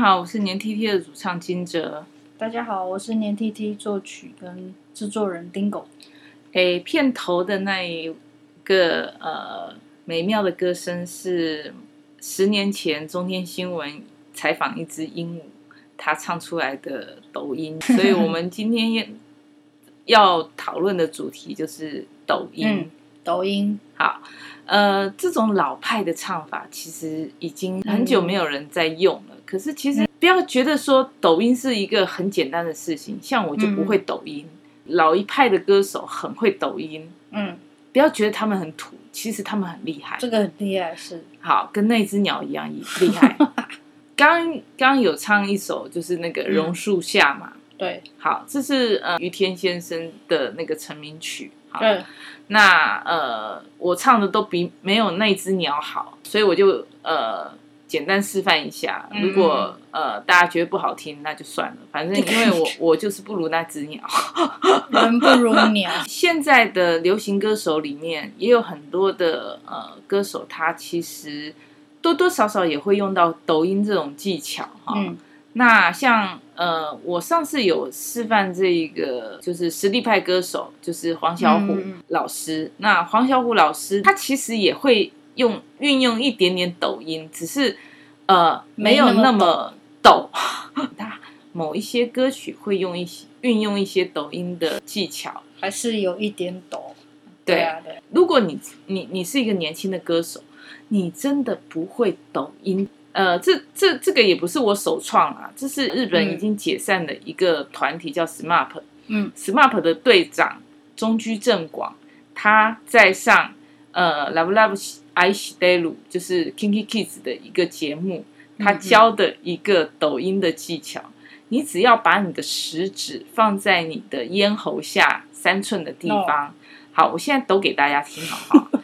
好，我是年 TT 的主唱金哲。 大家好，我是年 TT 作曲跟制作人 Dingo。 片头的那一个美妙的歌声是10年前中天新闻采访一只鹦鹉，它唱出来的抖音。所以我们今天要讨论的主题就是抖音。 抖音好，这种老派的唱法其实已经很久没有人在用了。可是其实不要觉得说抖音是一个很简单的事情，像我就不会抖音。老一派的歌手很会抖音，不要觉得他们很土，其实他们很厉害。 这个很厉害，是好，跟那只鸟一样厉害。刚有唱一首，就是那个榕树下嘛。 对， 好，这是于天先生的那个成名曲。好，那我唱的都比没有那只鸟好，所以我就简单示范一下。如果大家觉得不好听，那就算了，反正因为我就是不如那只鸟， 人不如鸟。 现在的流行歌手里面也有很多的歌手，他其实多多少少也会用到抖音这种技巧哈。那像我上次有示范这个，就是实力派歌手，就是黄小琥老师。那黄小琥老师他其实也会运用一点点抖音，只是没有那么抖。他某一些歌曲会运用一些抖音的技巧， 还是有一点抖。 对啊，对。如果你是一个年轻的歌手，你真的不会抖音。这个也不是我首创啊，这是日本已经解散的一个团体叫 SMAP。SMAP 的队长中居正广，他在上Love Love I Shiteru 就是 Kinky Kids 的一个节目，他教的一个抖音的技巧。你只要把你的食指放在你的咽喉下3寸的地方。好，我现在抖给大家听好不好？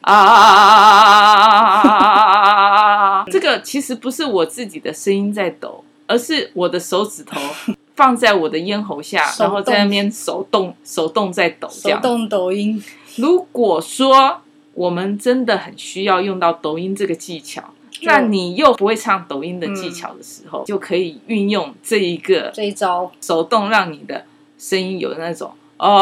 这个其实不是我自己的声音在抖，而是我的手指头放在我的咽喉下，然后在那边手动在抖，这样。 手动抖音。 如果说我们真的很需要用到抖音这个技巧，那你又不会唱抖音的技巧的时候，就可以运用这一招手动，让你的声音有那种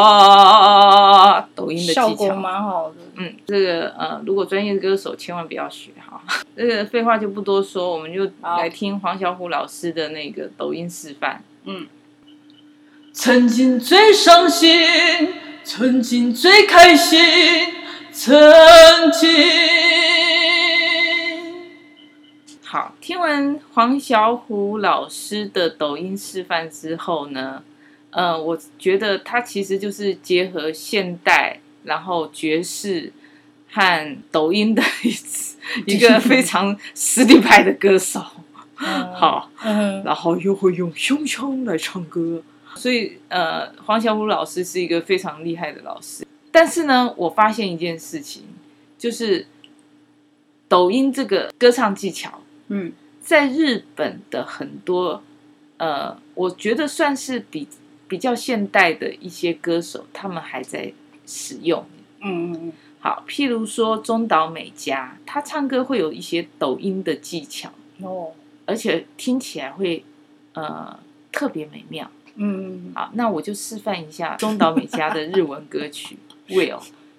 抖音的技巧， 效果蛮好的。 这个如果专业歌手千万不要学哈。这个废话就不多说，我们就来听黄小琥老师的那个抖音示范。曾经最伤心，曾经最开心，曾经。好，听完黄小琥老师的抖音示范之后呢，我觉得他其实就是结合现代，然后爵士和抖音的一个非常实力派的歌手。好，然后又会用胸腔来唱歌，所以黄小琥老师是一个非常厉害的老师。但是呢，我发现一件事情，就是抖音这个歌唱技巧，在日本的很多我觉得算是比较现代的一些歌手，他们还在使用。好，譬如说中岛美嘉，她唱歌会有一些抖音的技巧，而且听起来会特别美妙。好，那我就示范一下中岛美嘉的日文歌曲《Will》。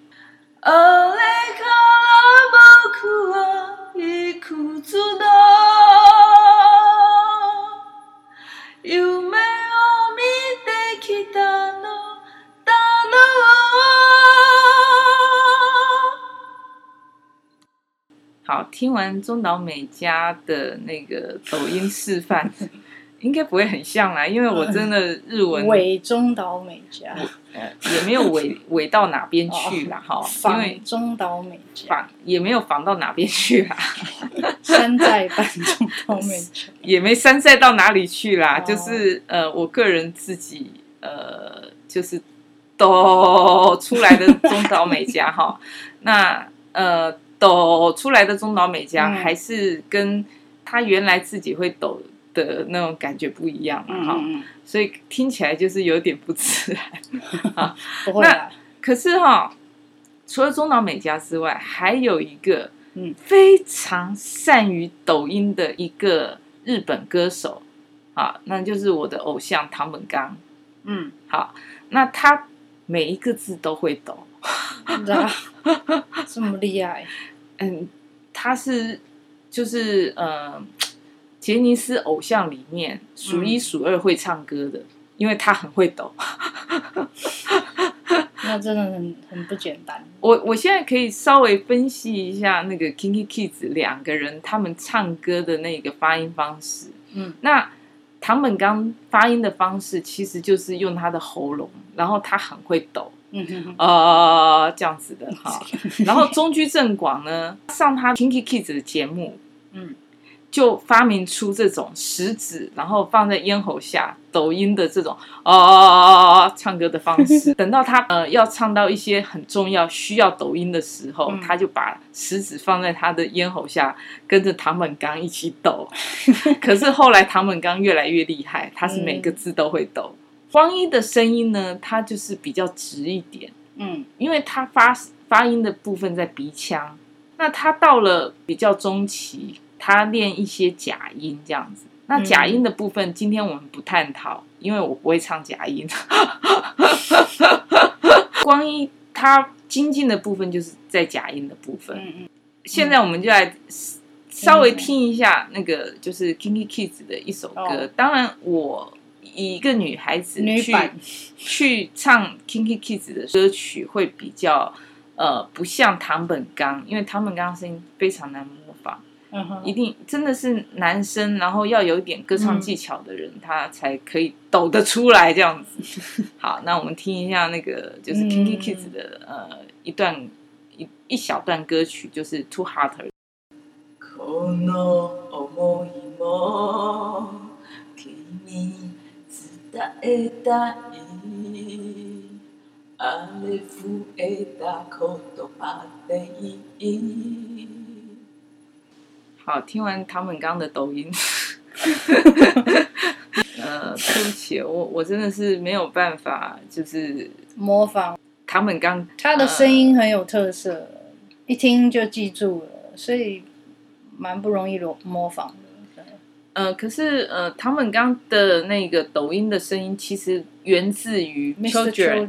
好，听完中岛美嘉的那个抖音示范，应该不会很像啦，因为我真的日文伪中岛美嘉， 也没有伪到哪边去啦，因为中岛美嘉也没有仿到哪边去啦， 山寨版中岛美嘉也没山寨到哪里去啦，就是我个人自己就是抖出来的中岛美嘉哈，那抖出来的中岛美嘉还是跟他原来自己会抖的那种感觉不一样哈，所以听起来就是有点不自然啊。 不会啦。 可是除了中岛美嘉之外，还有一个非常善于抖音的一个日本歌手啊，那就是我的偶像堂本刚。好，那他每一个字都会抖。 这么厉害？ 他是就是杰尼斯偶像里面数一数二会唱歌的，因为他很会抖。 那真的很不简单。 我现在可以稍微分析一下那个 Kinky Kids 两个人他们唱歌的那个发音方式。那堂本刚发音的方式其实就是用他的喉咙，然后他很会抖。这样子的哈。然后中居正广呢，上他 Kinky Kids 的节目，就发明出这种食指然后放在咽喉下抖音的这种唱歌的方式。等到他要唱到一些很重要需要抖音的时候，他就把食指放在他的咽喉下，跟着堂本刚一起抖。可是后来堂本刚越来越厉害，他是每个字都会抖。光一的声音呢，它就是比较直一点，因为他发音的部分在鼻腔。那他到了比较中期，他练一些假音这样子。那假音的部分，今天我们不探讨，因为我不会唱假音。光一他精进的部分就是在假音的部分。现在我们就来稍微听一下那个就是 Kinky Kids 的一首歌。当然我以一个女孩子去唱 Kinky Kids 的歌曲会比较不像堂本刚，因为堂本刚的声音非常难模仿。一定真的是男生，然后要有一点歌唱技巧的人，他才可以抖得出来这样子。好，那我们听一下那个就是 Kinky Kids 的一小段歌曲，就是 Too Hard。この想いも君伝えたいあれ増えた言葉でいい。好，听完堂本刚的抖音。对不起，我真的是没有办法，就是模仿堂本刚。 他的声音很有特色，一听就记住了，所以蛮不容易模仿的。 可是堂本刚的那个抖音的声音其实源自于 Mr.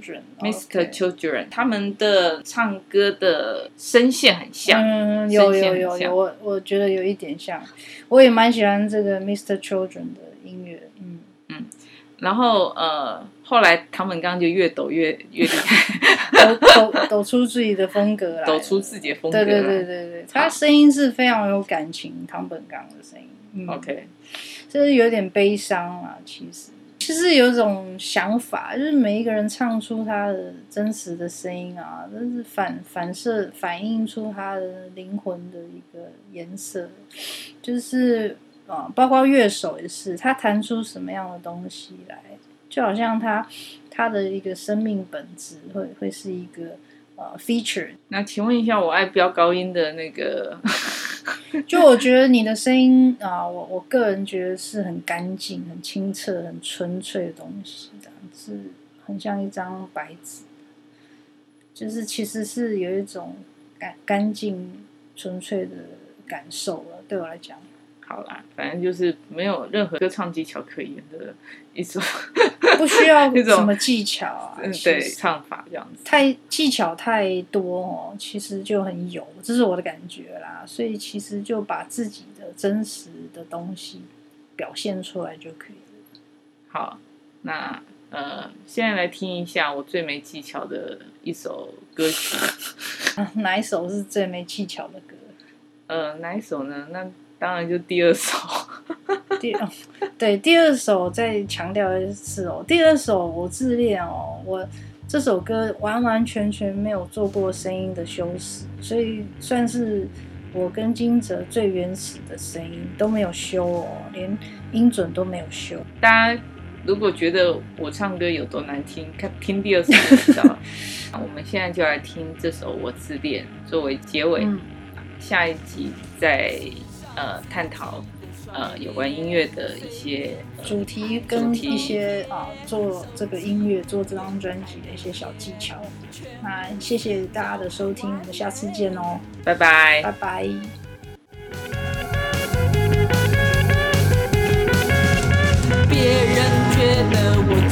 Children， 他们的唱歌的声线很像。 有，我觉得有一点像。我也蛮喜欢这个 Mr. Children 的音乐。 然后后来堂本刚就越抖越厉害。 抖出自己的风格来， 抖出自己的风格来。 对，他声音是非常有感情，堂本刚的声音。 OK， 就是有点悲伤啊。其实有一种想法，就是每一个人唱出他的真实的声音啊，真是反映出他的灵魂的一个颜色。就是包括乐手也是，他弹出什么样的东西来，就好像他的一个生命本质会是一个feature。 那请问一下，我爱飙高音的那个。 就我觉得你的声音我个人觉得是很干净、很清澈、很纯粹的东西，这样是很像一张白纸，就是其实是有一种干净、纯粹的感受了。对我来讲， 好啦，反正就是没有任何歌唱技巧可言的一种， 不需要什么技巧啊， 对，唱法这样子， 技巧太多其实就很油，这是我的感觉啦。所以其实就把自己的真实的东西表现出来就可以了。 好，那现在来听一下我最没技巧的一首歌曲。 哪一首是最没技巧的歌？ 哪一首呢？那当然就第二首。 对，第二首再强调一次第二首我自恋我这首歌完完全全没有做过声音的修饰，所以算是我跟金哲最原始的声音都没有修连音准都没有修。 大家如果觉得我唱歌有多难听，听第二首就知道了。我们现在就来听这首《我自恋》作为结尾。下一集再探讨有关音乐的一些主题跟一些做这个音乐做这张专辑的一些小技巧。那谢谢大家的收听，我们下次见拜拜， 拜拜。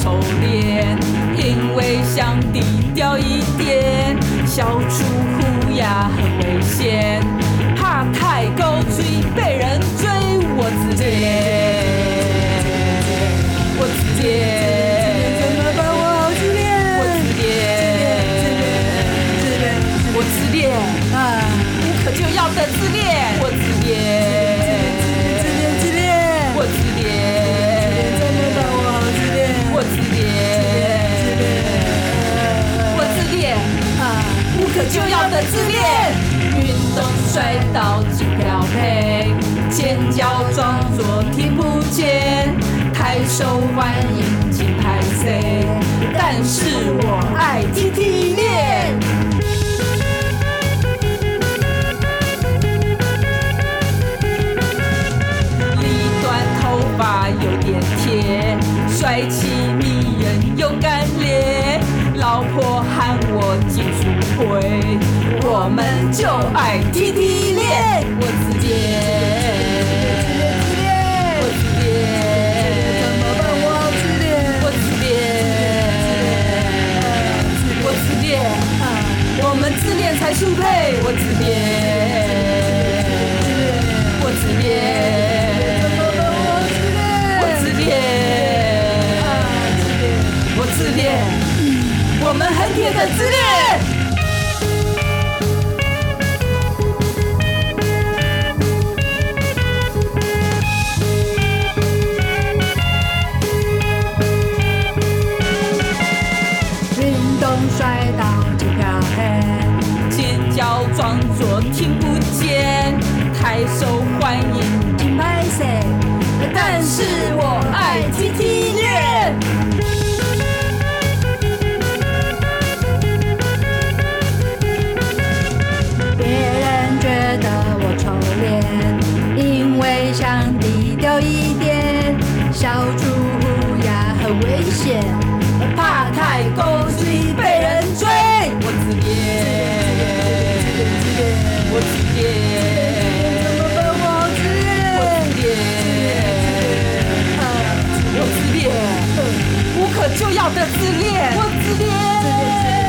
臭脸，因为想低调一点，小出虎牙很危险，怕太高追被人追，我自恋，我自恋，怎么办？我好自恋，我自恋，我自恋啊，无可救药的自恋，我自恋。我自恋，怎么办？我好自恋，我自恋，我自恋啊，无可救药的自恋。运动摔倒紧漂配，尖叫装作听不见，太受欢迎请拍 C， 但是我爱 TT 恋。发有点贴，帅气迷人又干练，老婆喊我进出会，我们就爱 TT 恋，我自恋，我自恋，怎么办？我好自恋，我自恋，我自恋，我们自恋才速配，我自恋，我自恋。我自恋，我们很铁的自恋。运动摔倒紧漂配，尖叫装作听不见，太受欢迎金牌赛，但是我爱 TT 恋。因为想低调一点，小猪虎牙很危险，怕太高追被人追。我自恋，我自恋，怎么办？我好自恋，我自恋，我自恋，无可救药的自恋，我自恋。